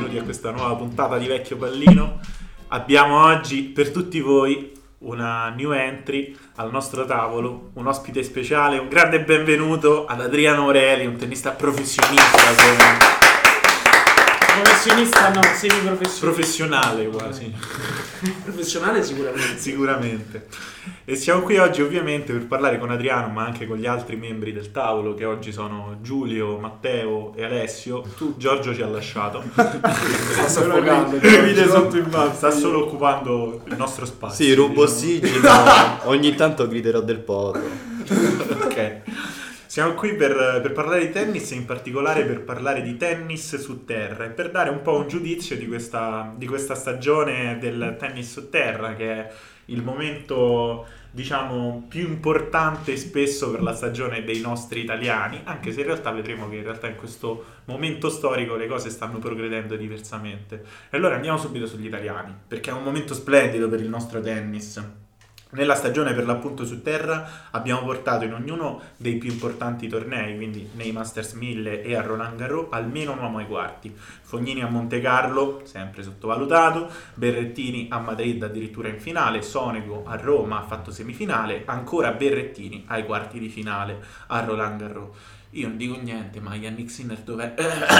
benvenuti a questa nuova puntata di Vecchio Pallino. Abbiamo oggi per tutti voi una new entry al nostro tavolo, un ospite speciale, un grande benvenuto ad Adriano Morelli, un tennista professionista. Professionista no, semi-professionista. Professionale quasi. Professionale Sicuramente. E siamo qui oggi ovviamente per parlare con Adriano, ma anche con gli altri membri del tavolo, che oggi sono Giulio, Matteo e Alessio. Giorgio ci ha lasciato. Sta soffocando. Sta solo occupando il nostro spazio. Sì, rubo ossigeno. Ogni tanto griderò del poto. Ok. Siamo qui per parlare di tennis e in particolare per parlare di tennis su terra e per dare un po' un giudizio di questa stagione del tennis su terra, che è il momento, diciamo, più importante spesso per la stagione dei nostri italiani, anche se in realtà vedremo che in realtà in questo momento storico le cose stanno progredendo diversamente. E allora andiamo subito sugli italiani, perché è un momento splendido per il nostro tennis. Nella stagione per l'appunto su terra abbiamo portato in ognuno dei più importanti tornei, quindi nei Masters 1000 e a Roland Garros, almeno un uomo ai quarti. Fognini a Monte Carlo, sempre sottovalutato, Berrettini a Madrid addirittura in finale, Sonego a Roma ha fatto semifinale, ancora Berrettini ai quarti di finale a Roland Garros. Io non dico niente, ma Yannick Sinner dov'è?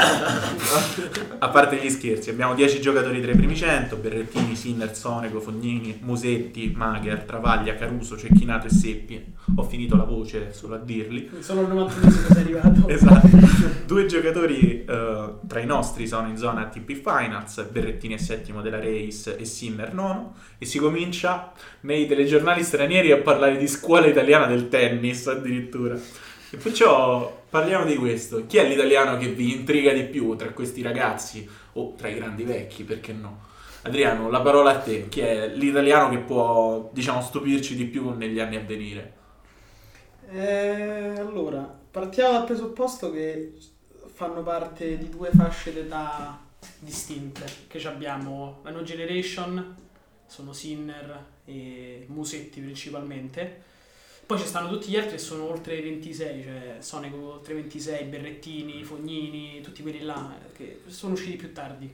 A parte gli scherzi, abbiamo 10 giocatori tra i primi 100, Berrettini, Sinner, Sonego, Fognini, Musetti, Magher, Travaglia, Caruso, Cecchinato e Seppi. Ho finito la voce solo a dirli. Solo il 91 sei arrivato. Esatto. 2 giocatori tra i nostri sono in zona ATP Finals, Berrettini è settimo della Race e Sinner nono, e si comincia nei telegiornali stranieri a parlare di scuola italiana del tennis addirittura. E perciò parliamo di questo. Chi è l'italiano che vi intriga di più tra questi ragazzi o tra i grandi vecchi, perché no? Adriano, la parola a te. Chi è l'italiano che può, diciamo, stupirci di più negli anni a venire? Allora, partiamo dal presupposto che fanno parte di 2 fasce d'età distinte, che abbiamo la No Generation, sono Sinner e Musetti principalmente. Poi ci stanno tutti gli altri che sono oltre i 26, cioè Sonego oltre i 26, Berrettini, Fognini, tutti quelli là che sono usciti più tardi.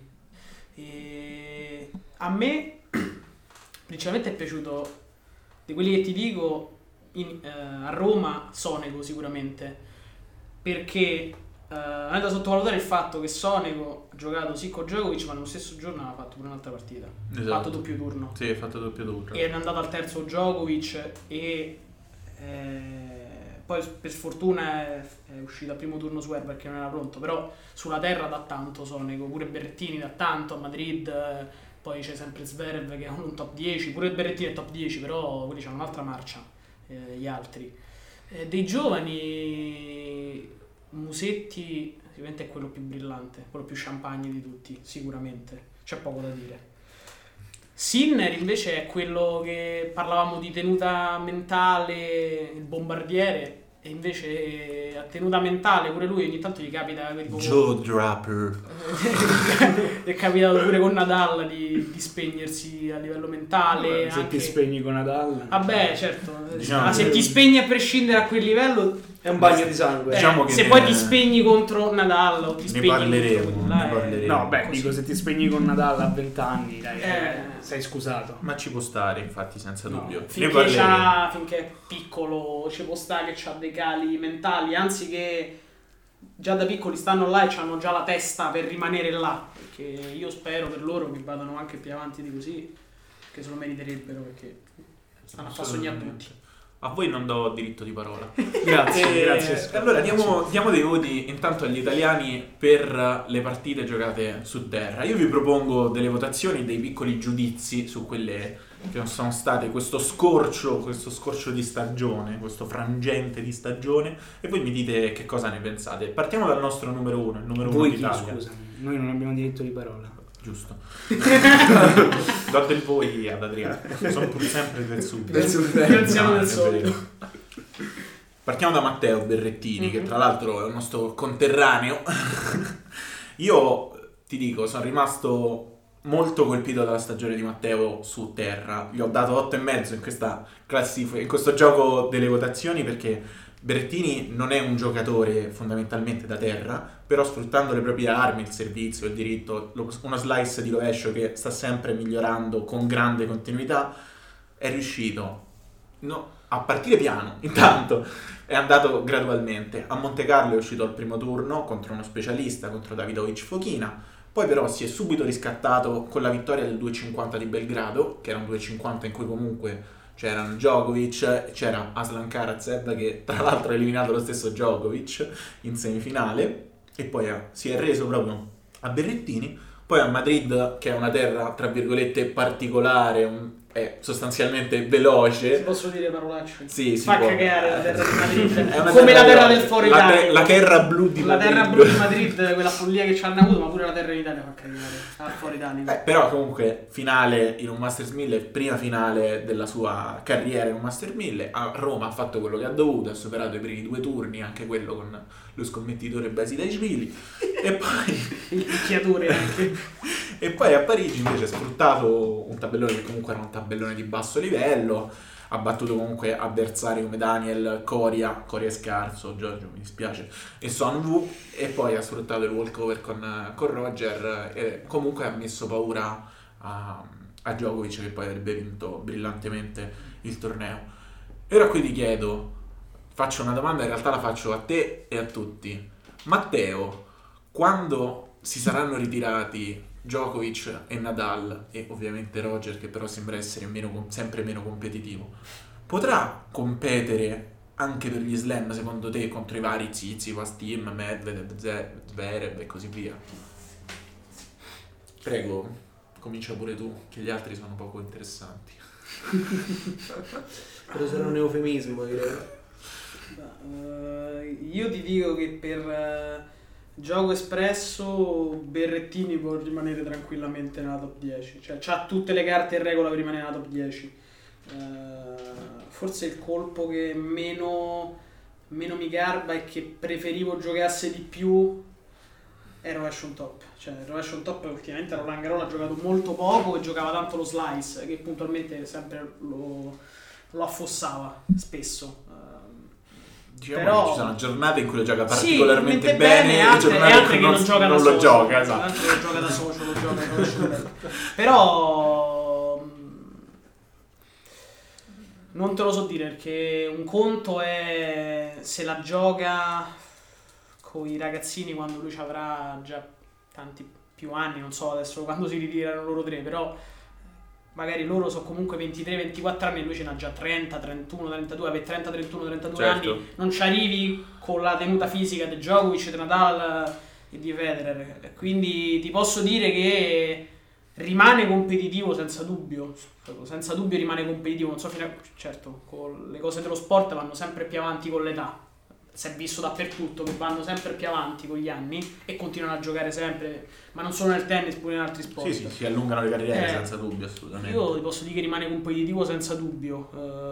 E a me principalmente è piaciuto, di quelli che ti dico, a Roma Sonego sicuramente, perché non è da sottovalutare il fatto che Sonego ha giocato sì con Djokovic, ma nello stesso giorno aveva fatto pure un'altra partita. Esatto. Ha fatto doppio turno. Sì, ha fatto doppio turno. E è andato al terzo Djokovic e poi per sfortuna è uscito al primo turno Swerve perché non era pronto, però sulla terra dà tanto Sonego, pure Berrettini dà tanto a Madrid, poi c'è sempre Zverev che è un top 10, pure Berrettini è top 10, però quelli c'hanno un'altra marcia, gli altri. Dei giovani Musetti sicuramente è quello più brillante, quello più champagne di tutti, sicuramente, c'è poco da dire. Sinner invece è quello che parlavamo di tenuta mentale, il bombardiere, e invece a tenuta mentale pure lui ogni tanto gli capita tipo, Joe Draper. è capitato pure con Nadal di spegnersi a livello mentale. Se anche... ti spegni con Nadal, vabbè, certo, diciamo se ti spegni a prescindere a quel livello è un bagno di sangue. Diciamo che se poi ti spegni contro Nadal o ti spegni parleremo, contro ne parleremo. No, beh, così. dico, se ti spegni con Nadal a 20 anni, dai, sei scusato. Ma ci può stare, infatti, senza dubbio. Ne Finché è piccolo ci può stare che c'ha dei cali mentali, anzi che già da piccoli stanno là e hanno già la testa per rimanere là, perché io spero per loro che vadano anche più avanti di così, che se lo meriterebbero, perché stanno a far sognare tutti. A voi non do diritto di parola. Grazie. Allora diamo dei voti intanto agli italiani per le partite giocate su terra. Io vi propongo delle votazioni, dei piccoli giudizi su quelle che sono state questo scorcio di stagione, questo frangente di stagione, e voi mi dite che cosa ne pensate. Partiamo dal nostro numero 1, il numero 1 Voi chi, d'Italia. scusami, noi non abbiamo diritto di parola. Giusto. Do del voi ad Adriano. Sono pur sempre del sud. Pensiamo del è solito. vero. Partiamo da Matteo Berrettini, che tra l'altro è un nostro conterraneo. Io ti dico, sono rimasto molto colpito dalla stagione di Matteo su terra. Gli ho dato 8,5 in questa classifica, in questo gioco delle votazioni, perché Berrettini non è un giocatore fondamentalmente da terra, però sfruttando le proprie armi, il servizio, il diritto, uno slice di rovescio che sta sempre migliorando con grande continuità, è riuscito a partire piano. Intanto è andato gradualmente. A Monte Carlo è uscito al primo turno contro uno specialista, contro Davidovic Fokina, poi però si è subito riscattato con la vittoria del 2,50 di Belgrado, che era un 2,50 in cui comunque c'erano Djokovic, c'era Aslan Karatsev, che tra l'altro ha eliminato lo stesso Djokovic in semifinale, e poi si è reso proprio a Berrettini. Poi a Madrid, che è una terra tra virgolette particolare, è sostanzialmente veloce. Si possono dire parolacce? Sì, si fa può. cagare la terra di Madrid. È una come terra la terra veloce. del Foro Italia. La terra blu di la Madrid. terra blu di Madrid, quella follia che ci hanno avuto, ma pure la terra in Italia fa cagare. Al Foro Italia. Però comunque finale in un Masters 1000, prima finale della sua carriera in un Masters 1000. A Roma ha fatto quello che ha dovuto, ha superato i primi 2 turni, anche quello con lo scommettitore Basilashvili. E poi il picchiatore anche. E poi a Parigi invece ha sfruttato un tabellone che comunque era un tabellone di basso livello, ha battuto comunque avversari come Daniel, Coria è scarso, Giorgio mi dispiace, e Son Woo, e poi ha sfruttato il walkover con Roger, e comunque ha messo paura a Djokovic, che poi avrebbe vinto brillantemente il torneo. E ora qui ti chiedo, faccio una domanda, in realtà la faccio a te e a tutti. Matteo, quando si saranno ritirati Djokovic e Nadal, e ovviamente Roger, che però sembra essere sempre meno competitivo, potrà competere anche per gli slam, secondo te, contro i vari Tsitsipas, Thiem, Medvedev, Zverev e così via? Prego, comincia pure tu, che gli altri sono poco interessanti. Però sarà un eufemismo, direi. Io ti dico che per gioco espresso Berrettini può rimanere tranquillamente nella top 10, cioè c'ha tutte le carte in regola per rimanere nella top 10. Forse il colpo che meno mi garba e che preferivo giocasse di più è Rovescio on Top. Cioè Rovescio on Top ultimamente Roland Garros ha giocato molto poco e giocava tanto lo slice, che puntualmente sempre lo affossava spesso. Diciamo però che ci sono giornate in cui lo gioca sì, particolarmente bene, e altre che non gioca da lo socio, gioca, esatto. altre che gioca da socio, lo gioca. Però non te lo so dire, perché un conto è se la gioca con i ragazzini quando lui ci avrà già tanti più anni, non so adesso quando si ritirano loro tre, però magari loro sono comunque 23-24 anni e lui ce n'ha già 30, 31, 32, per 30, 31, 32 certo. anni non ci arrivi con la tenuta fisica di Djokovic, di Nadal e di Federer, quindi ti posso dire che rimane competitivo senza dubbio rimane competitivo, non so certo, con le cose dello sport vanno sempre più avanti con l'età, si è visto dappertutto che vanno sempre più avanti con gli anni e continuano a giocare sempre, ma non solo nel tennis, pure in altri sport. Sì, si allungano le carriere senza dubbio, assolutamente. Io ti posso dire che rimane competitivo senza dubbio.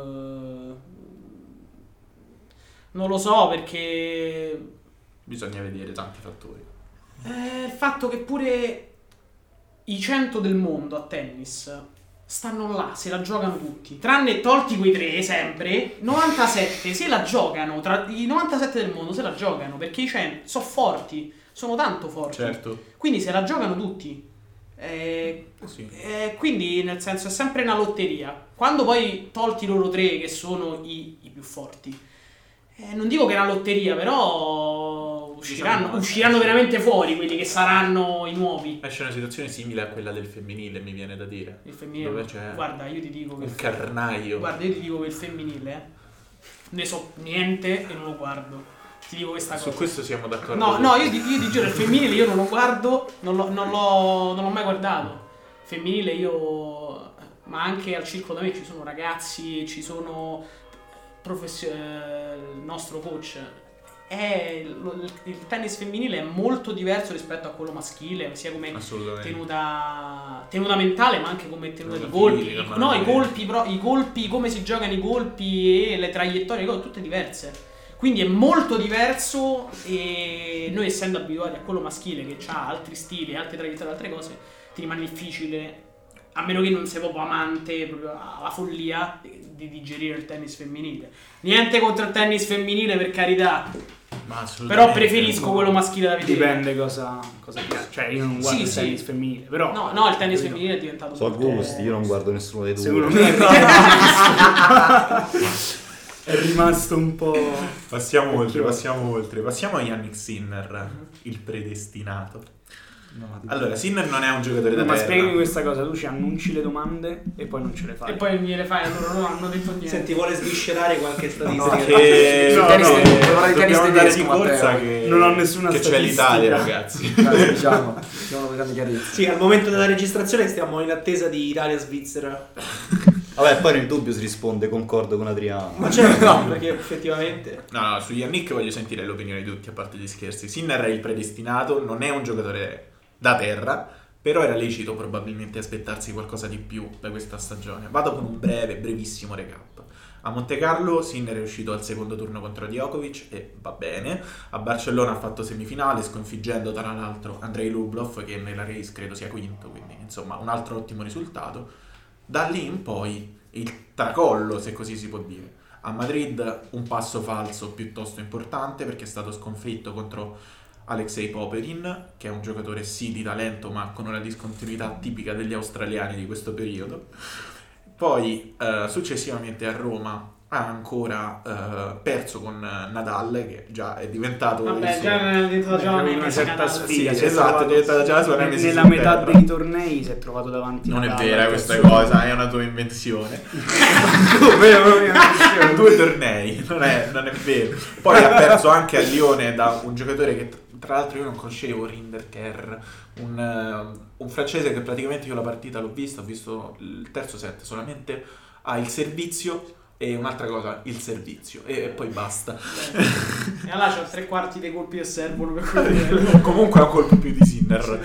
Non lo so, perché bisogna vedere tanti fattori. Il fatto che pure i 100 del mondo a tennis stanno là, se la giocano tutti, tranne tolti quei 3 sempre, 97 se la giocano, tra i 97 del mondo se la giocano, perché i 100 sono forti, sono tanto forti, certo. Quindi se la giocano tutti, sì. quindi nel senso è sempre una lotteria. Quando poi tolti loro 3 che sono i più forti, non dico che è una lotteria, però usciranno veramente fuori quelli che saranno i nuovi. Esce una situazione simile a quella del femminile, mi viene da dire. Il femminile, dove c'è guarda, io ti dico che un carnaio. Guarda, io ti dico che il femminile ne so niente e non lo guardo. Ti dico questa cosa. Su questo siamo d'accordo. No, io ti giuro, il femminile io non lo guardo, non l'ho mai guardato. Femminile ma anche al circolo da me ci sono ragazzi, ci sono il nostro coach. Il tennis femminile è molto diverso rispetto a quello maschile, sia come tenuta mentale, ma anche come tenuta di colpi. I colpi, come si giocano i colpi e le traiettorie, tutte diverse. Quindi è molto diverso, e noi essendo abituati a quello maschile che ha altri stili, altre traiettorie, altre cose, ti rimane difficile a meno che non sei proprio amante proprio alla follia di digerire il tennis femminile. Niente contro il tennis femminile, per carità, però preferisco quello maschile da vedere. Dipende cosa piace. Cioè io non guardo il tennis femminile, però no, il tennis femminile è diventato so gusti, io non guardo nessuno dei due. secondo me è rimasto un po'. Passiamo oltre. Passiamo a Yannick Sinner, il predestinato. Allora, Sinner non è un giocatore da Ma terra. spiegami questa cosa, tu ci annunci le domande e poi non ce le fai. E poi gliele fai, loro non hanno detto niente. Senti, vuole sviscerare qualche statistica? Dobbiamo andare di corsa che non ho nessuna che c'è statistica. l'Italia, ragazzi. Diciamo grandi chiarezze. Sì, al momento della registrazione stiamo in attesa di Italia-Svizzera. Vabbè, poi nel dubbio si risponde, concordo con Adriano. Ma certo, no, perché effettivamente... No, su Yannick voglio sentire l'opinione di tutti, a parte gli scherzi. Sinner è il predestinato, non è un giocatore da terra, però era lecito probabilmente aspettarsi qualcosa di più da questa stagione. Vado con un brevissimo recap. A Monte Carlo Sinner è uscito al secondo turno contro Djokovic e va bene. A Barcellona ha fatto semifinale sconfiggendo tra l'altro Andrei Rublev, che nella race credo sia quinto, quindi insomma un altro ottimo risultato. Da lì in poi il tracollo, se così si può dire. A Madrid un passo falso piuttosto importante, perché è stato sconfitto contro Alexei Popyrin, che è un giocatore sì di talento ma con una discontinuità tipica degli australiani di questo periodo. Poi successivamente a Roma ha ancora perso con Nadal, che già è diventato una certa sfida. Sì, esatto, è diventata già la sua nemesi nella su metà terra. dei tornei si è trovato davanti. Non è Nadal, vera questa cosa, è una tua invenzione. Due tornei, non è vero. Poi ha perso anche a Lione da un giocatore che tra l'altro io non conoscevo, Rinderker, un francese che praticamente io la partita l'ho vista, ho visto il terzo set solamente, ha il servizio e un'altra cosa, il servizio, e poi basta. E allora c'ha 3/4 dei colpi che servono per quello. Comunque ha un colpo più di Sinner.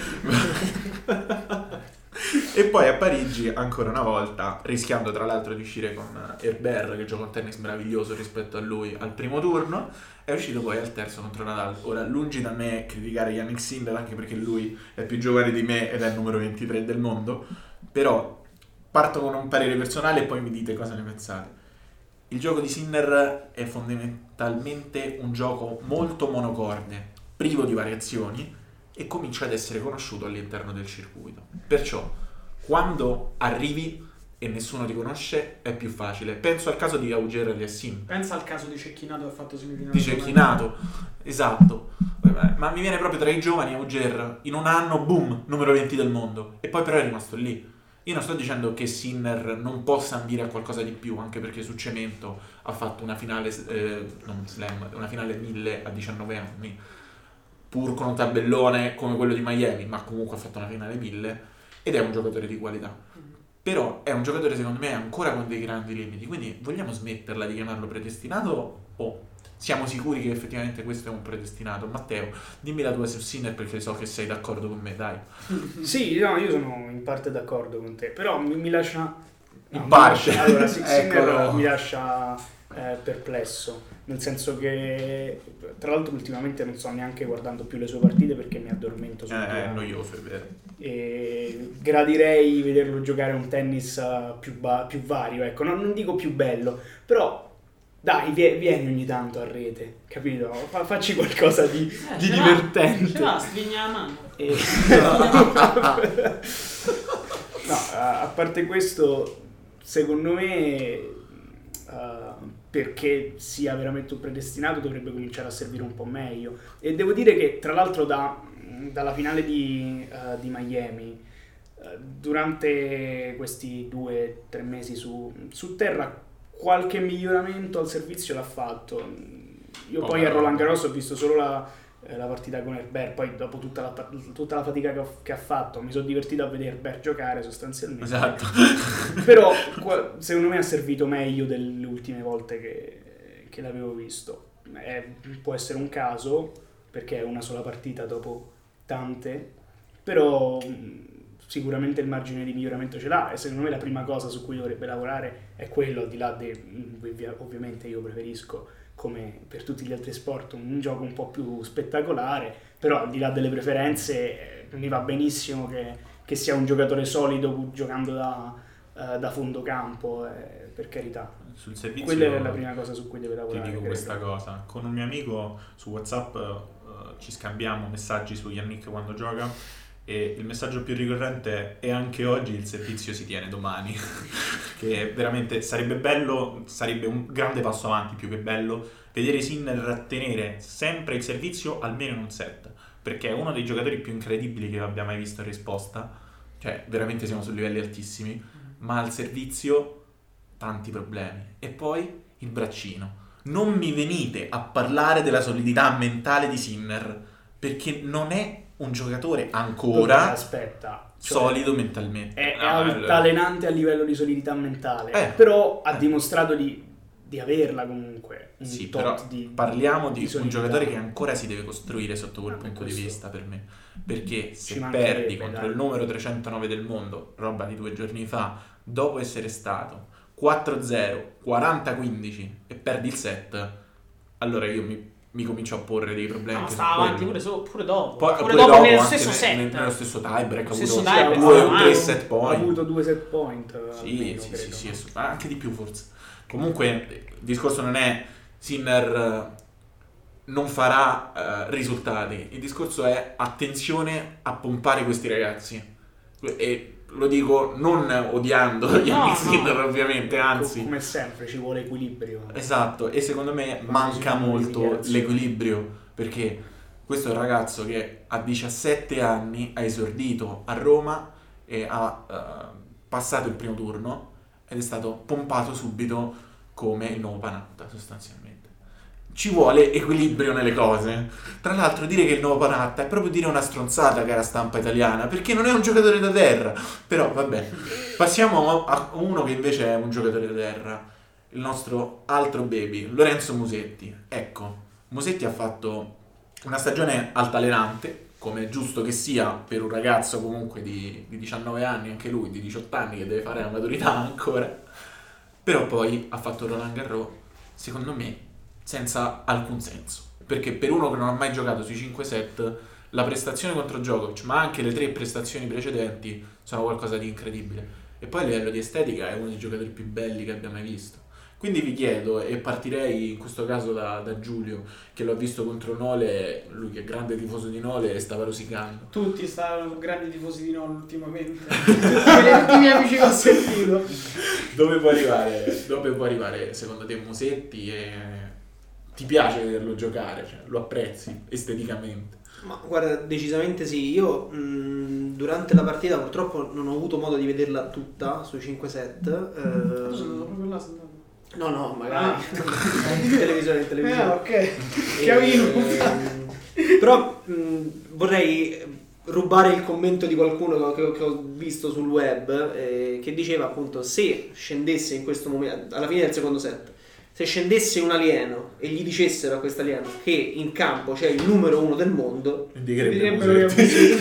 E poi a Parigi ancora una volta, rischiando tra l'altro di uscire con Herbert, che gioca un tennis meraviglioso rispetto a lui al primo turno, è uscito poi al terzo contro Nadal. Ora, lungi da me criticare Yannick Sinner, anche perché lui è più giovane di me ed è il numero 23 del mondo, però parto con un parere personale e poi mi dite cosa ne pensate. Il gioco di Sinner è fondamentalmente un gioco molto monocorde, privo di variazioni, e comincia ad essere conosciuto all'interno del circuito. Perciò, quando arrivi e nessuno ti conosce, è più facile. Penso al caso di Auger-Aliassime. Pensa al caso di Cecchinato che ha fatto semifinale. Di Cecchinato, esatto. Ma mi viene proprio tra i giovani Auger, in un anno, boom, numero 20 del mondo. E poi però è rimasto lì. Io non sto dicendo che Sinner non possa ambire a qualcosa di più, anche perché su cemento ha fatto una finale, non slam, una finale 1000 a 19 anni, pur con un tabellone come quello di Miami, ma comunque ha fatto una finale 1000 ed è un giocatore di qualità. Però è un giocatore secondo me ancora con dei grandi limiti, quindi vogliamo smetterla di chiamarlo predestinato o siamo sicuri che effettivamente questo è un predestinato? Matteo, dimmi la tua su Sinner, perché so che sei d'accordo con me, dai. Sì, no, io sono in parte d'accordo con te, però mi lascia... In parte. Allora, Sinner mi lascia perplesso, nel senso che tra l'altro ultimamente non sto neanche guardando più le sue partite perché mi addormento subito. È noioso, è vero. E gradirei vederlo giocare un tennis più vario, ecco, non dico più bello, però dai, vieni ogni tanto a rete, capito? Facci qualcosa di divertente. Ce l'ha, stigna la mano. No, a parte questo, secondo me, perché sia veramente un predestinato dovrebbe cominciare a servire un po' meglio. E devo dire che tra l'altro dalla finale di Miami, durante questi 2-3 mesi su terra, qualche miglioramento al servizio l'ha fatto. Io poi a Roland Garros ho visto solo la partita con Herbert, poi dopo tutta la fatica che ha fatto mi sono divertito a vedere Herbert giocare sostanzialmente. Esatto. Però secondo me ha servito meglio delle ultime volte che l'avevo visto. Può essere un caso perché è una sola partita dopo tante, però sicuramente il margine di miglioramento ce l'ha, e secondo me la prima cosa su cui dovrebbe lavorare è quello, al di là ovviamente io preferisco, come per tutti gli altri sport, un gioco un po' più spettacolare, però al di là delle preferenze mi va benissimo che sia un giocatore solido giocando da fondo campo, per carità. Sul servizio, quella è la prima cosa su cui deve lavorare. Ti dico credo. questa cosa, con un mio amico su WhatsApp ci scambiamo messaggi su Yannick quando gioca, e il messaggio più ricorrente è: anche oggi il servizio si tiene domani. Che veramente sarebbe bello, sarebbe un grande passo avanti, più che bello, vedere Sinner tenere sempre il servizio almeno in un set, perché è uno dei giocatori più incredibili che abbia mai visto in risposta, cioè veramente siamo su livelli altissimi, ma al servizio tanti problemi. E poi il braccino. Non mi venite a parlare della solidità mentale di Sinner, perché non è un giocatore ancora solido mentalmente. È altalenante a livello di solidità mentale, però ha dimostrato di averla comunque. Sì, però parliamo di un giocatore che ancora si deve costruire sotto quel punto di vista, per me. Perché se perdi contro il numero 309 del mondo, roba di 2 giorni fa, dopo essere stato 4-0, 40-15 e perdi il set, allora io mi comincio a porre dei problemi. No, stava avanti pure dopo. Pure dopo nello stesso set. Nello stesso tiebreak ha avuto 2 o 3 set point. Ha avuto 2 set point. Sì, anche di più forse. Comunque il discorso non è Sinner non farà risultati, il discorso è attenzione a pompare questi ragazzi, e lo dico non odiando Yannick Sinner, ovviamente, anzi come sempre ci vuole equilibrio. Esatto, e secondo me manca molto l'equilibrio, perché questo è un ragazzo che a 17 anni ha esordito a Roma e ha passato il primo turno ed è stato pompato subito come il nuovo Panatta, sostanzialmente. Ci vuole equilibrio nelle cose. Tra l'altro dire che il nuovo Panatta è proprio dire una stronzata, cara stampa italiana, perché non è un giocatore da terra. Però vabbè, passiamo a uno che invece è un giocatore da terra, il nostro altro baby, Lorenzo Musetti. Ecco, Musetti ha fatto una stagione altalenante, come è giusto che sia per un ragazzo comunque di 19 anni, anche lui di 18 anni, che deve fare la maturità ancora. Però poi ha fatto Roland Garros, secondo me, senza alcun senso, perché per uno che non ha mai giocato sui 5 set, la prestazione contro Djokovic, ma anche le 3 prestazioni precedenti, sono qualcosa di incredibile. E poi a livello di estetica è uno dei giocatori più belli che abbia mai visto. Quindi vi chiedo, e partirei in questo caso da Giulio, che l'ho visto contro Nole, lui che è grande tifoso di Nole e stava rosicando. Tutti stavano grandi tifosi di Nole ultimamente. Tutti i miei amici che ho sentito. Dove può arrivare secondo te Musetti, e ti piace vederlo giocare? Cioè, lo apprezzi esteticamente? Ma guarda, decisamente sì. Io durante la partita purtroppo non ho avuto modo di vederla tutta sui 5 set. Tu sei andato proprio là, sei andato. No, magari in televisione. Ok. Chiavino. Però vorrei rubare il commento di qualcuno che ho visto sul web, che diceva appunto: se scendesse in questo momento, alla fine del secondo set, se scendesse un alieno e gli dicessero a questo alieno che in campo c'è il numero 1 del mondo, indicherebbe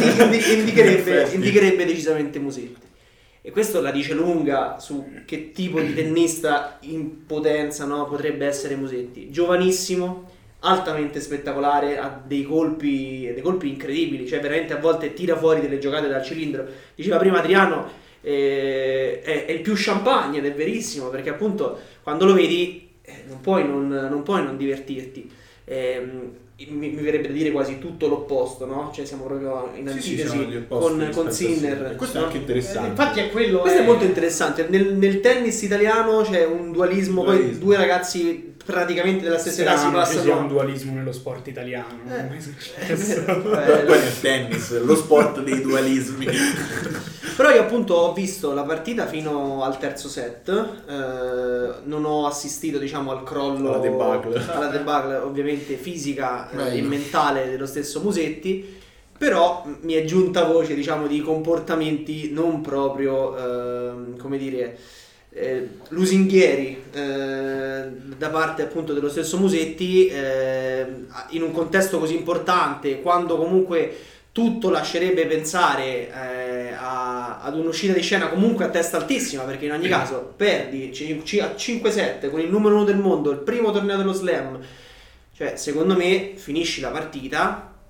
decisamente Musetti. E questo la dice lunga su che tipo di tennista in potenza, no, potrebbe essere Musetti. Giovanissimo, altamente spettacolare, ha dei colpi incredibili, cioè veramente a volte tira fuori delle giocate dal cilindro. Diceva prima Adriano, è il più champagne, ed è verissimo, perché appunto quando lo vedi non puoi non divertirti. Mi verrebbe da dire quasi tutto l'opposto, no? Cioè siamo proprio in antitesi con Sinner. Questo è anche interessante. Infatti è quello. Questo è molto interessante. Nel tennis italiano c'è un dualismo. Poi due ragazzi praticamente della stessa età si passano. C'è un dualismo nello sport italiano. Non è mai successo. Poi nel tennis, lo sport dei dualismi. Però io appunto ho visto la partita fino al terzo set, non ho assistito diciamo al crollo, alla debacle ovviamente fisica e mentale dello stesso Musetti, però mi è giunta voce diciamo di comportamenti non proprio come dire lusinghieri da parte appunto dello stesso Musetti in un contesto così importante, quando comunque tutto lascerebbe pensare ad un'uscita di scena comunque a testa altissima, perché in ogni caso perdi a 5-7 con il numero 1 del mondo, il primo torneo dello Slam, cioè secondo me finisci la partita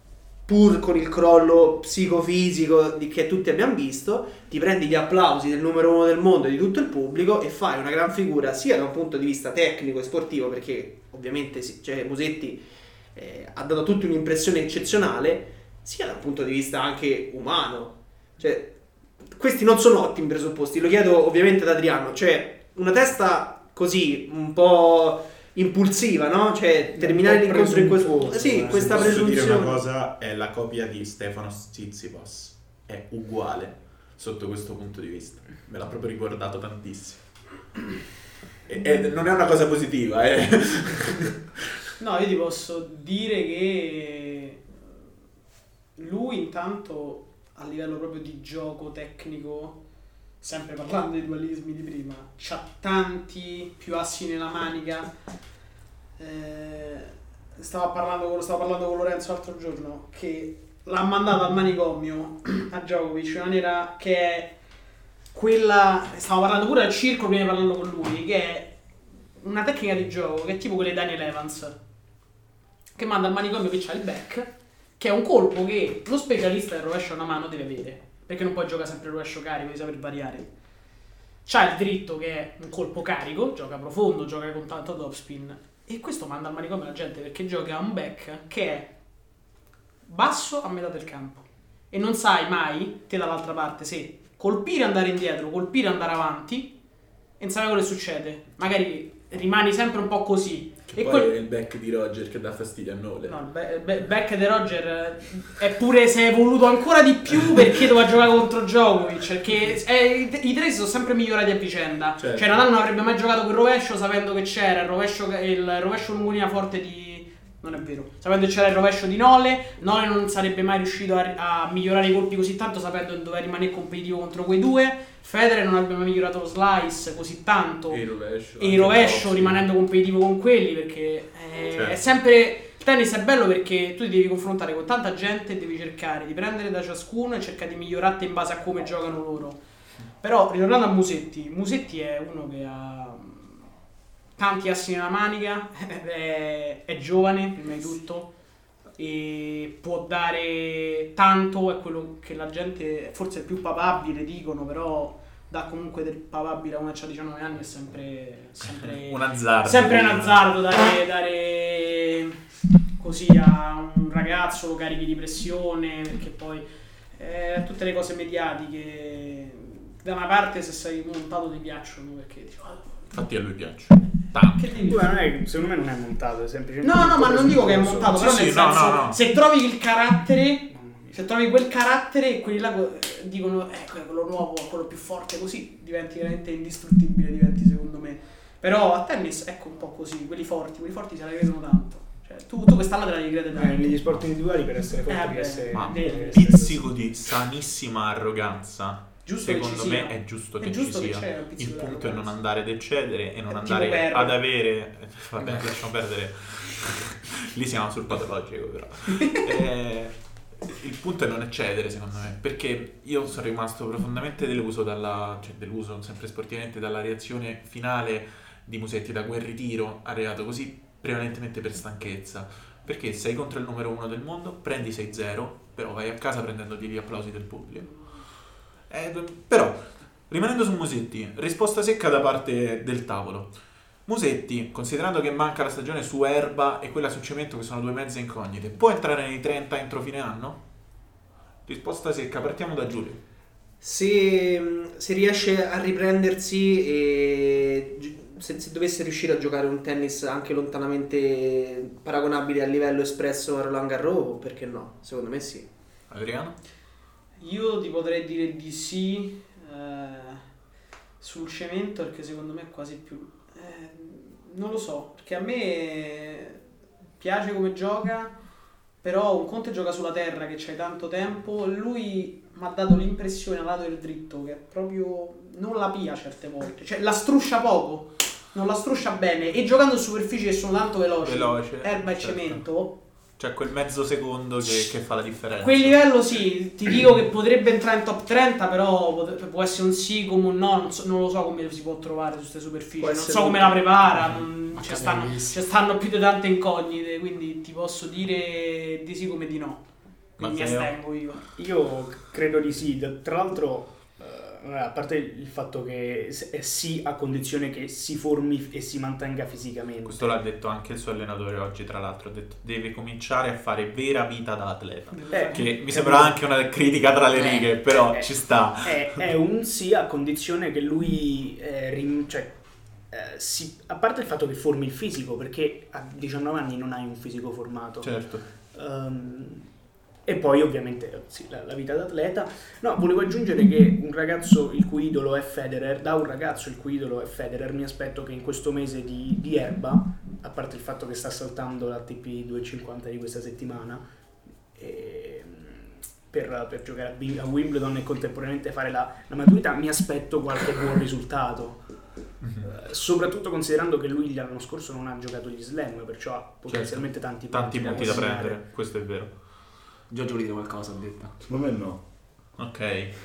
pur con il crollo psicofisico che tutti abbiamo visto, ti prendi gli applausi del numero 1 del mondo e di tutto il pubblico e fai una gran figura sia da un punto di vista tecnico e sportivo, perché ovviamente Musetti ha dato a tutti un'impressione eccezionale, sia da un punto di vista anche umano. Cioè, questi non sono ottimi presupposti, lo chiedo ovviamente ad Adriano, cioè una testa così un po' impulsiva, no? Cioè terminare l'incontro in questo questa Posso dire presunzione. una cosa, è la copia di Stefanos Tsitsipas, è uguale sotto questo punto di vista, me l'ha proprio ricordato tantissimo e non è una cosa positiva, No, io ti posso dire che lui intanto a livello proprio di gioco tecnico, sempre parlando dei dualismi di prima, c'ha tanti più assi nella manica. Stavo parlando con Lorenzo l'altro giorno che l'ha mandato al manicomio a Djokovic, in maniera che è quella, stavo parlando pure al circo prima di parlando con lui, che è una tecnica di gioco che è tipo quella di Daniel Evans, che manda al manicomio che c'ha il back, che è un colpo che lo specialista del rovescio a una mano deve avere, perché non puoi giocare sempre il rovescio carico, devi saper variare. C'ha il dritto che è un colpo carico, gioca profondo, gioca con tanto topspin, e questo manda al manicomio la gente perché gioca un back che è basso a metà del campo e non sai mai, te dall'altra parte, se colpire e andare indietro, colpire e andare avanti, e non sai quello che succede. Magari rimani sempre un po' così. che poi è il back di Roger che dà fastidio a Nole. No, il back di Roger è pure, si è evoluto ancora di più perché doveva giocare contro Djokovic, perché i tre si sono sempre migliorati a vicenda. Certo. Cioè Nadal non avrebbe mai giocato quel rovescio sapendo che c'era il rovescio lunghina forte di... Non è vero. Sapendo che c'era il rovescio di Nole non sarebbe mai riuscito a migliorare i colpi così tanto sapendo che doveva rimanere competitivo contro quei due. Federer non avrebbe mai migliorato lo slice così tanto E il rovescio rimanendo competitivo con quelli, perché Certo. è sempre... Il tennis è bello perché tu ti devi confrontare con tanta gente e devi cercare di prendere da ciascuno e cercare di migliorarti in base a come giocano loro. Però ritornando a Musetti è uno che ha tanti assi nella manica, è giovane prima di tutto e può dare tanto, è quello che la gente forse è più papabile dicono, però dà comunque del papabile a uno che ha 19 anni, è sempre un azzardo. sempre un azzardo dare così a un ragazzo, lo carichi di pressione, perché poi tutte le cose mediatiche da una parte se sei montato ti piacciono, perché Infatti a lui piace tanto. che devi Poi fare? secondo me non è montato, è semplicemente... No, ma non dico che è montato, però Sì, nel sì, no, senso, no. se trovi il carattere, se trovi quel carattere e quelli là dicono quello nuovo, quello più forte, così diventi veramente indistruttibile, diventi secondo me. Però a tennis ecco un po' così, quelli forti se la credono tanto. Cioè tu quest'anno te la devi credere tanto. Negli sport individuali per essere forti devi beh, essere... Ma devi un essere pizzico di sanissima arroganza. Giusto che Secondo ci me sia. è giusto È che giusto ci che sia. c'è un pizzico Il di punto è non arroganza. andare ad eccedere e non È andare tipo Perry. ad avere. Vabbè, lasciamo perdere. Lì siamo sul patologico, però. Il punto è non eccedere, secondo me, perché io sono rimasto profondamente deluso sempre sportivamente, dalla reazione finale di Musetti, da quel ritiro arrivato così prevalentemente per stanchezza. Perché sei contro il numero 1 del mondo, prendi 6-0, però vai a casa prendendoti gli applausi del pubblico. Però, rimanendo su Musetti, risposta secca da parte del tavolo. Musetti, considerando che manca la stagione su erba e quella su cemento, che sono due mezze incognite, può entrare nei 30 entro fine anno? Risposta secca, partiamo da Giulio. Se riesce a riprendersi e se dovesse riuscire a giocare un tennis anche lontanamente paragonabile a livello espresso a Roland Garros, perché no? Secondo me sì. Adriano? Io ti potrei dire di sì sul cemento, perché secondo me è quasi più... non lo so, perché a me piace come gioca, però un conto gioca sulla terra che c'hai tanto tempo, lui mi ha dato l'impressione al lato del dritto che proprio non la pia certe volte, cioè la struscia poco, non la struscia bene, e giocando su superfici che sono tanto veloci, erba e certo. cemento, Cioè quel mezzo secondo che fa la differenza. a quel livello sì, ti dico che potrebbe entrare in top 30, però può essere un sì come un no, non lo so come si può trovare su queste superfici, Può non essere so come la prepara, Ma ci capelli. stanno più di tante incognite, quindi ti posso dire di sì come di no. Quindi mi Matteo? astengo io. Io credo di sì. Tra l'altro, a parte il fatto che è sì a condizione che si formi e si mantenga fisicamente. Questo l'ha detto anche il suo allenatore oggi, tra l'altro, ha detto deve cominciare a fare vera vita da atleta. Che mi sembra anche una critica tra le righe, però ci sta. È un sì a condizione che lui a parte il fatto che formi il fisico, perché a 19 anni non hai un fisico formato. Certo. E poi ovviamente sì, la vita d'atleta. No, volevo aggiungere che un ragazzo il cui idolo è Federer, mi aspetto che in questo mese di erba, a parte il fatto che sta saltando l'ATP 250 di questa settimana, per giocare a Wimbledon e contemporaneamente fare la maturità, mi aspetto qualche buon risultato. Soprattutto considerando che lui l'anno scorso non ha giocato gli slam, perciò ha potenzialmente tanti punti da prendere, questo è vero. Giorgio vuole dire qualcosa, ha detto. Secondo me no. Ok.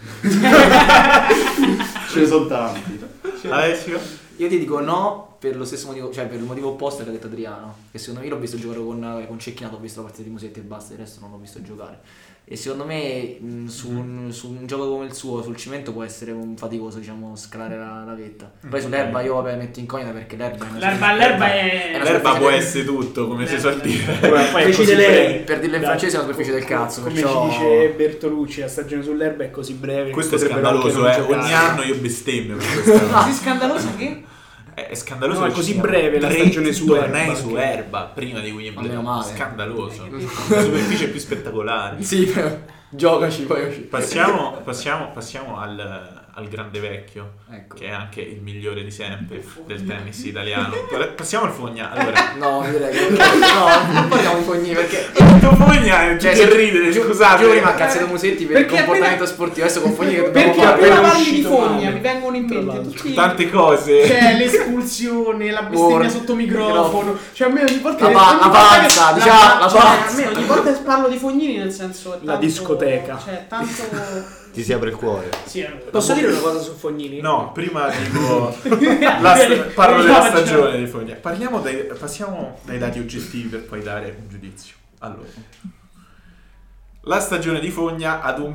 Ce ne sono tanti. Alessio? Io ti dico no per lo stesso motivo, cioè per il motivo opposto che ha detto Adriano, che secondo me l'ho visto giocare con Cecchinato, ho visto la partita di Musetti e basta, il resto non l'ho visto giocare. E secondo me su un gioco come il suo, sul cemento, può essere un faticoso, diciamo, scalare la vetta. Poi sull'erba io metto incognita, perché L'erba può essere tutto, come si suol dire. Poi Decide lei. Per dirlo in francese è una superficie del cazzo, come perciò... ci dice Bertolucci, la stagione sull'erba è così breve. Questo è potrebbero anche scandaloso, non ogni giocare. anno io bestemmio per questa cosa. Così scandalosa che? È scandaloso. No, è che così ci siano breve la 3 stagione su tornei erba, su che- erba prima di Wimbledon. Almeno male. Scandaloso. La superficie più spettacolare. Sì, giocaci poi. Passiamo al grande vecchio, Ecco. che è anche il migliore di sempre del tennis italiano. Passiamo al Fogna. Allora, No, direi che... No, non parliamo di Fogni, perché... il Fogna è Cioè, che ridere, scusate. Io prima cazzato Musetti per il Perché comportamento sportivo, adesso con Fogni che dobbiamo Perché fare? appena Appena parli di uscito Fogna male. mi vengono in Tra mente l'altro. tutti Tante cose. C'è l'espulsione, la bestemmia Ora. sotto microfono. Cioè a me ogni volta La ogni volta panza, che- diciamo, la cioè, panza. a me ogni volta che parlo di Fognini, nel senso è La tanto- discoteca. Cioè tanto Ti si apre il cuore. sì, Posso dire una cosa su Fognini? No, prima dico Bene, parlo della facciamo. stagione di Fogna. Passiamo dai dati oggettivi per poi dare un giudizio. Allora, la stagione di Fogna ad una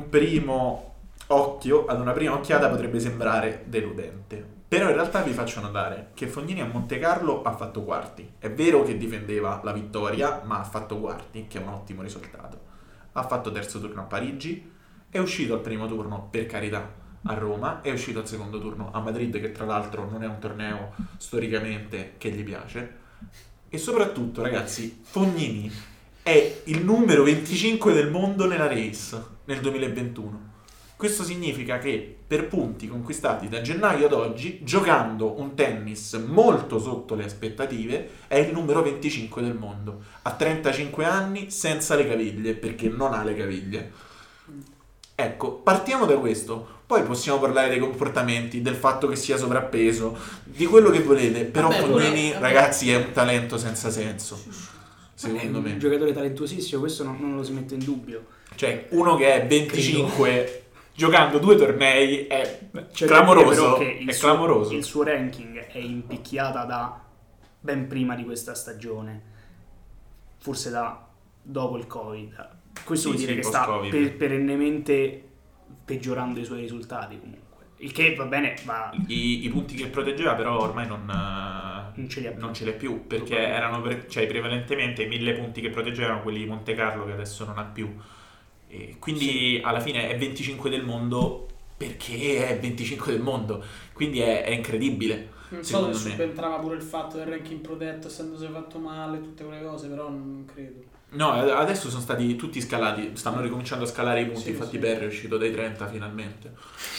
prima occhiata potrebbe sembrare deludente. Però in realtà vi faccio notare che Fognini a Monte Carlo ha fatto quarti. È vero che difendeva la vittoria, ma ha fatto quarti, che è un ottimo risultato. Ha fatto terzo turno a Parigi, è uscito al primo turno, per carità, a Roma, è uscito al secondo turno a Madrid, che tra l'altro non è un torneo storicamente che gli piace. E soprattutto, ragazzi, Fognini è il numero 25 del mondo nella race nel 2021. Questo significa che per punti conquistati da gennaio ad oggi, giocando un tennis molto sotto le aspettative, è il numero 25 del mondo. A 35 anni, senza le caviglie, perché non ha le caviglie. Ecco, partiamo da questo. Poi possiamo parlare dei comportamenti, del fatto che sia sovrappeso, di quello che volete. Però Vabbè, Fognini, vabbè. ragazzi, è un talento senza senso. È Secondo un me. giocatore talentuosissimo, questo non lo si mette in dubbio. Cioè, uno che è 25 giocando 2 tornei è C'è da dire clamoroso. però che È clamoroso. il suo ranking è impicchiata da ben prima di questa stagione, forse da dopo il Covid. Questo Sì, vuol dire sì, che sta post-Covid. perennemente peggiorando i suoi risultati comunque. Il che va bene, ma I punti che proteggeva però ormai non ce li ha più. non ce li ha più, perché erano cioè prevalentemente i 1000 punti che proteggevano quelli di Monte Carlo, che adesso non ha più. E quindi alla fine è 25 del mondo perché è 25 del mondo, quindi è incredibile. non so se Secondo me. subentrava pure il fatto del ranking protetto, essendosi fatto male, tutte quelle cose, però non credo. No, adesso sono stati tutti scalati, stanno ricominciando a scalare i punti, Sì, infatti sì. Perry è uscito dai 30 finalmente.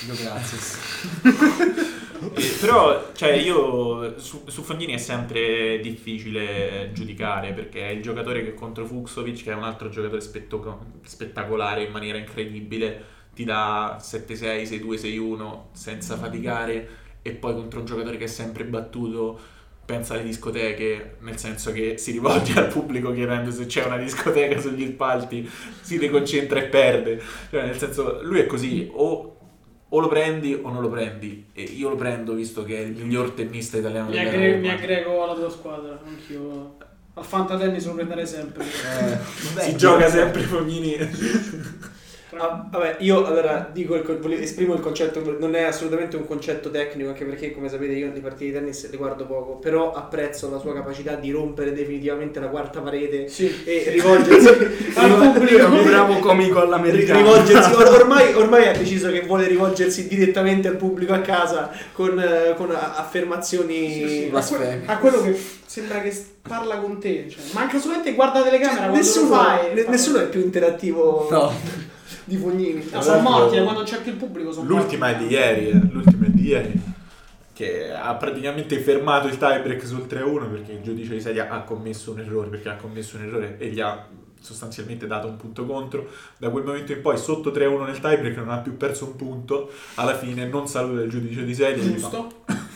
Grazie. Però, cioè, io su Fognini è sempre difficile giudicare, perché è il giocatore che contro Fucsovic, che è un altro giocatore spettacolare in maniera incredibile, ti dà 7-6, 6-2, 6-1 senza faticare, e poi contro un giocatore che è sempre battuto, pensa alle discoteche, nel senso che si rivolge al pubblico chiedendo se c'è una discoteca sugli spalti, si deconcentra e perde. Cioè, nel senso, lui è così, o lo prendi o non lo prendi, e io lo prendo visto che è il miglior tennista italiano Mi dell'era. aggrego alla tua squadra, anch'io. Al Fantatennis lo prenderei sempre. Si gioca sempre Fognini. Vabbè, io allora esprimo il concetto, non è assolutamente un concetto tecnico, anche perché come sapete io di partite di tennis le guardo poco, però apprezzo la sua capacità di rompere definitivamente la quarta parete e rivolgersi al pubblico. È un bravo comico all'americano. rivolgersi ormai ha deciso che vuole rivolgersi direttamente al pubblico a casa con affermazioni Blasfemi. A quello che sembra che parla con te, cioè, manca solamente guarda la telecamera quando lo fai. nessuno è più interattivo No. di Fognini. No, sono morti, quando c'è più il pubblico sono L'ultima è morti. di ieri, che ha praticamente fermato il tiebreak sul 3-1 perché il giudice di sedia ha commesso un errore e gli ha sostanzialmente dato un punto contro. Da quel momento in poi sotto 3-1 nel tiebreak non ha più perso un punto, alla fine non saluta il giudice di sedia. Giusto?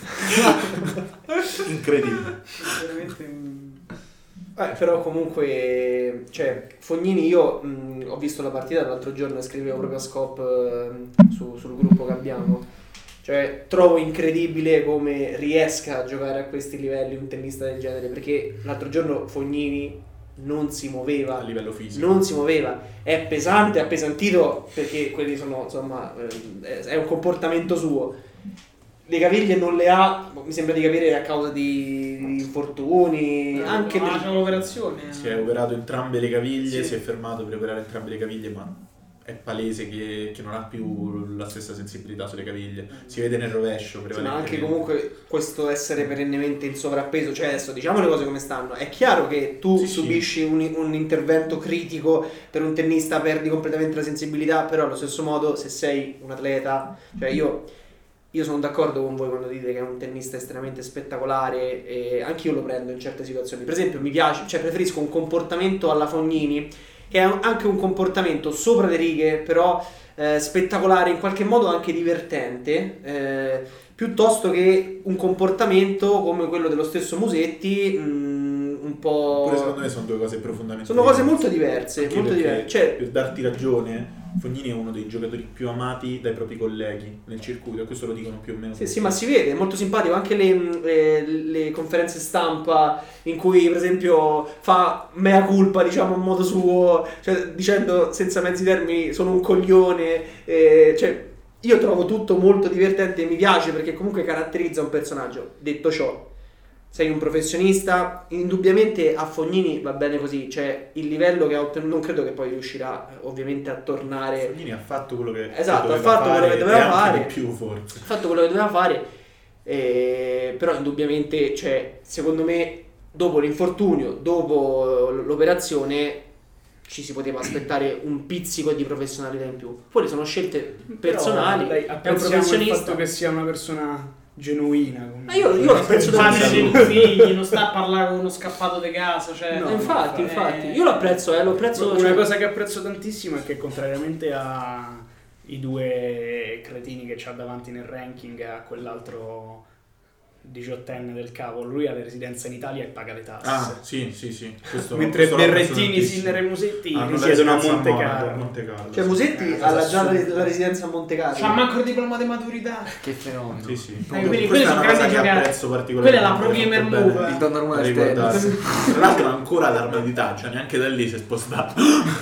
Incredibile. Veramente Però comunque, cioè, Fognini, io ho visto la partita l'altro giorno e scrivevo proprio a Scoop sul gruppo che abbiamo. Cioè, trovo incredibile come riesca a giocare a questi livelli un tennista del genere, perché l'altro giorno Fognini non si muoveva. A livello fisico. Non si muoveva. È pesante, appesantito, perché quelli sono, insomma, è un comportamento suo. Le caviglie non le ha, mi sembra di capire, a causa di infortuni, anche c'è un'operazione. Si è operato entrambe le caviglie, Sì. si è fermato per operare entrambe le caviglie, ma è palese che non ha più la stessa sensibilità sulle caviglie. Si vede nel rovescio Sì, ma prevalentemente. anche comunque questo essere perennemente in sovrappeso, cioè adesso diciamo le cose come stanno. È chiaro che tu Sì, subisci un intervento critico per un tennista, perdi completamente la sensibilità, però allo stesso modo se sei un atleta, cioè io sono d'accordo con voi quando dite che è un tennista estremamente spettacolare e anche io lo prendo in certe situazioni. Per esempio mi piace, cioè preferisco un comportamento alla Fognini che è anche un comportamento sopra le righe, però spettacolare, in qualche modo anche divertente, piuttosto che un comportamento come quello dello stesso Musetti, un po'... Pure secondo me sono due cose profondamente Sono cose diverse. molto diverse, Anche molto perché, diverse. Cioè, per darti ragione, Fognini è uno dei giocatori più amati dai propri colleghi nel circuito, e questo lo dicono più o meno sì, tutti. sì, ma si vede, è molto simpatico anche le conferenze stampa in cui per esempio fa mea culpa, diciamo, in modo suo, cioè dicendo senza mezzi termini sono un coglione, cioè io trovo tutto molto divertente e mi piace perché comunque caratterizza un personaggio. Detto ciò, sei un professionista, indubbiamente a Fognini va bene così, cioè il livello che ha ottenuto, non credo che poi riuscirà ovviamente a tornare. Fognini ha fatto quello che Esatto, doveva ha fatto fare, quello che doveva e anche fare. di più forse. Ha fatto quello che doveva fare, però indubbiamente, cioè, secondo me dopo l'infortunio, dopo l'operazione ci si poteva aspettare un pizzico di professionalità in più. Poi sono scelte personali, Però, dai, è un apprezziamo il professionista. fatto che sia una persona genuina. Ma io lo apprezzo padre tantissimo. dei figli, non sta a parlare con uno scappato di casa, cioè No, infatti, io lo apprezzo, Una cioè, cosa che apprezzo tantissimo è che contrariamente ai due cretini che c'ha davanti nel ranking, a quell'altro 18enne del cavolo, lui ha la residenza in Italia e paga le tasse. Ah, sì. Questo, Mentre questo lo apprezzo Berrettini, tantissimo. Sinner e Musetti Hanno la risiedono a residenza Monte Monte Carlo. Carlo. cioè Musetti cosa ha già assurda. la residenza a Monte Carlo. c'ha manco il diploma di maturità. Che fenomeno. Sì, sì. quindi Questa quelli è sono una grandi cosa che giocatori. apprezzo particolarmente. Quella è la pro gamer molto bene move. Il Donnarumma da del ricordarsi. tennis. Tra l'altro ha ancora l'arma di Dacia, neanche da lì si è spostato.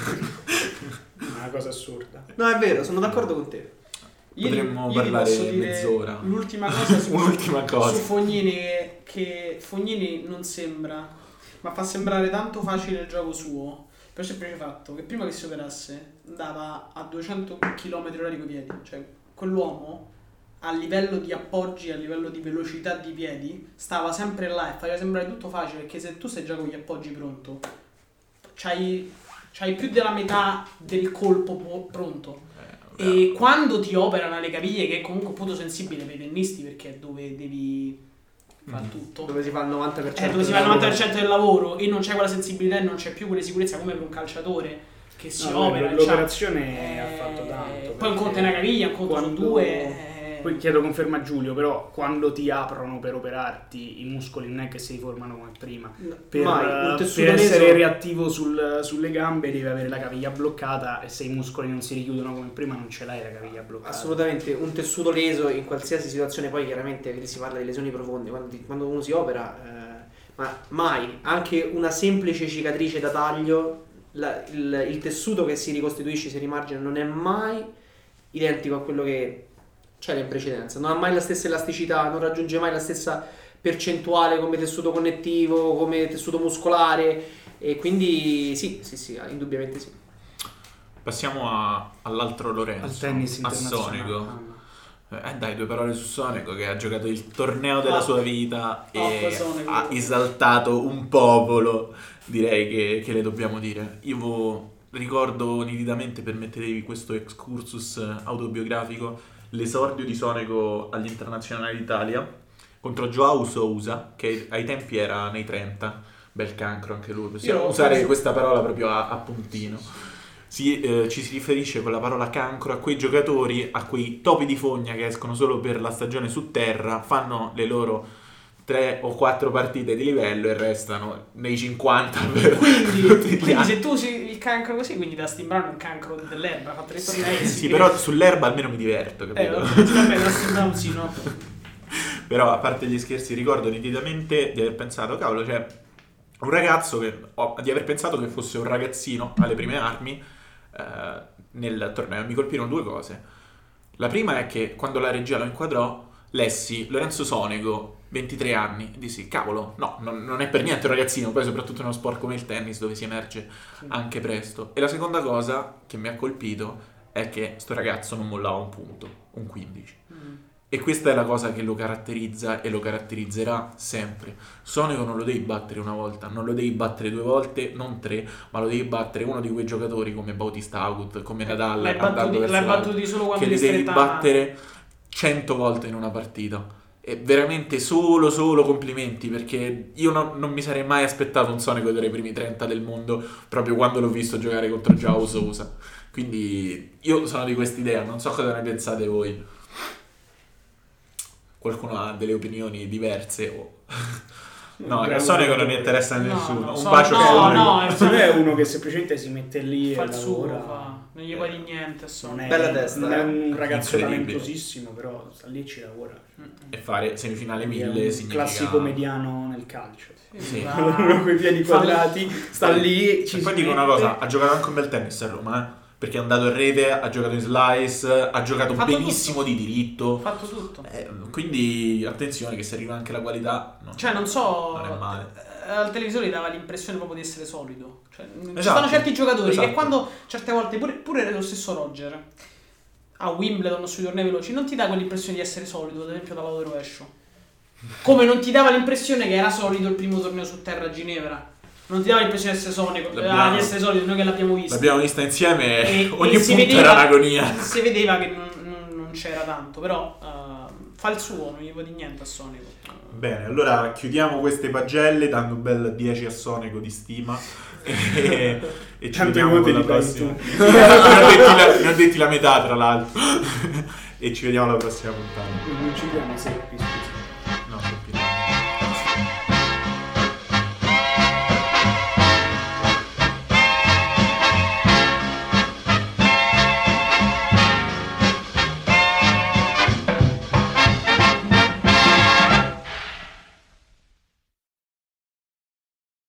Una cosa assurda. No, è vero, sono d'accordo con te. Potremmo Io ti parlare posso dire mezz'ora. L'ultima cosa Un'ultima cosa. su Fognini che Fognini non sembra, ma fa sembrare tanto facile il gioco suo per il semplice fatto che prima che si operasse andava a 200 km/h coi piedi, cioè quell'uomo a livello di appoggi, a livello di velocità di piedi stava sempre là e faceva sembrare tutto facile, perché se tu sei già con gli appoggi pronto c'hai più della metà del colpo pronto. E quando ti operano le caviglie, che è comunque un punto sensibile per i tennisti, perché è dove devi fare tutto, Dove si fa il 90%. dove si fa il 90% del lavoro e non c'è quella sensibilità e non c'è più quella sicurezza come per un calciatore che si opera. L'operazione ha fatto tanto. Poi un conto è una caviglia, un conto sono due. Poi chiedo conferma a Giulio, però quando ti aprono per operarti i muscoli non è che si riformano come prima. Per, un tessuto per essere leso- reattivo sulle gambe devi avere la caviglia bloccata, e se i muscoli non si richiudono come prima non ce l'hai la caviglia bloccata. Assolutamente, un tessuto leso in qualsiasi situazione, poi chiaramente si parla di lesioni profonde, quando uno si opera, ma mai, anche una semplice cicatrice da taglio, il tessuto che si ricostituisce, si rimargina, non è mai identico a quello che c'era in precedenza, non ha mai la stessa elasticità, non raggiunge mai la stessa percentuale come tessuto connettivo, come tessuto muscolare, e quindi sì, indubbiamente sì. Passiamo all'altro Lorenzo, Al tennis a internazionale. Sonico. Dai, 2 parole su Sonico, che ha giocato il torneo della sua vita e Sonico. ha esaltato un popolo, direi che le dobbiamo dire. Io ricordo nitidamente, permettetevi questo excursus autobiografico, l'esordio di Sonico agli internazionali d'Italia contro Joao Sousa, che ai tempi era nei 30, bel cancro anche lui, possiamo usare questa parola proprio a puntino. Ci si riferisce con la parola cancro a quei giocatori, a quei topi di fogna che escono solo per la stagione su terra, fanno le loro 3 o 4 partite di livello e restano nei 50 per Quindi se tu usi il cancro così, quindi da Brown è un cancro dell'erba, ha fatto le tornei. sì, però sull'erba almeno mi diverto, capito? Vabbè, da Brown sì, no? Però a parte gli scherzi, ricordo nitidamente di aver pensato, cavolo, cioè un ragazzo di aver pensato che fosse un ragazzino alle prime armi nel torneo. Mi colpirono 2 cose. La prima è che quando la regia lo inquadrò, lessi Lorenzo Sonego, 23 anni, e dissi, cavolo, no, non è per niente un ragazzino, poi soprattutto in uno sport come il tennis dove si emerge anche presto. E la seconda cosa che mi ha colpito è che sto ragazzo non mollava un punto, un 15. E questa è la cosa che lo caratterizza e lo caratterizzerà sempre. Sonego non lo devi battere una volta, non lo devi battere 2 volte, non 3, ma lo devi battere uno di quei giocatori come Bautista Agut, come Nadal, l'hai battuti solo quando che li devi battere 100 volte in una partita. E veramente solo complimenti, perché io non mi sarei mai aspettato un Sonego tra i primi 30 del mondo proprio quando l'ho visto giocare contro Joao Sousa. Quindi io sono di quest'idea, non so cosa ne pensate voi. Qualcuno ha delle opinioni diverse o... No, a Sonico non interessa a nessuno. Un bacio a Sonico. Non è uno che semplicemente si mette lì fa e il suo, lavora. Non gli vuoi di niente. Bella testa, non è un ragazzo incredibile, talentosissimo, però sta lì e ci lavora. E fare semifinale È 1000 un significa... classico mediano nel calcio. Sì. Uno con i piedi quadrati, sta lì. E poi dico una cosa, ha giocato anche un bel tennis a Roma, perché è andato in rete, ha giocato in slice, ha giocato benissimo di diritto. Ha fatto tutto. Quindi attenzione che se arriva anche la qualità non è male. Al televisore dava l'impressione proprio di essere solido. Cioè, Esatto. Ci sono certi giocatori che quando certe volte pure lo stesso Roger a Wimbledon sui tornei veloci non ti dà quell'impressione di essere solido, ad esempio dal lato rovescio. Come non ti dava l'impressione che era solido il primo torneo su terra a Ginevra. Non ti dava l'impressione di essere solido, noi che l'abbiamo visto. L'abbiamo vista insieme e ogni si punto vedeva, era un'agonia. Si vedeva che non c'era tanto, però fa il suo, non gli vuoi di niente a Sonico. Bene, allora chiudiamo queste pagelle dando un bel 10 a Sonico di stima e ci vediamo con la prossima. Ne ho detti la metà tra l'altro e ci vediamo alla prossima puntata. Non ci diamo seppi, scusa.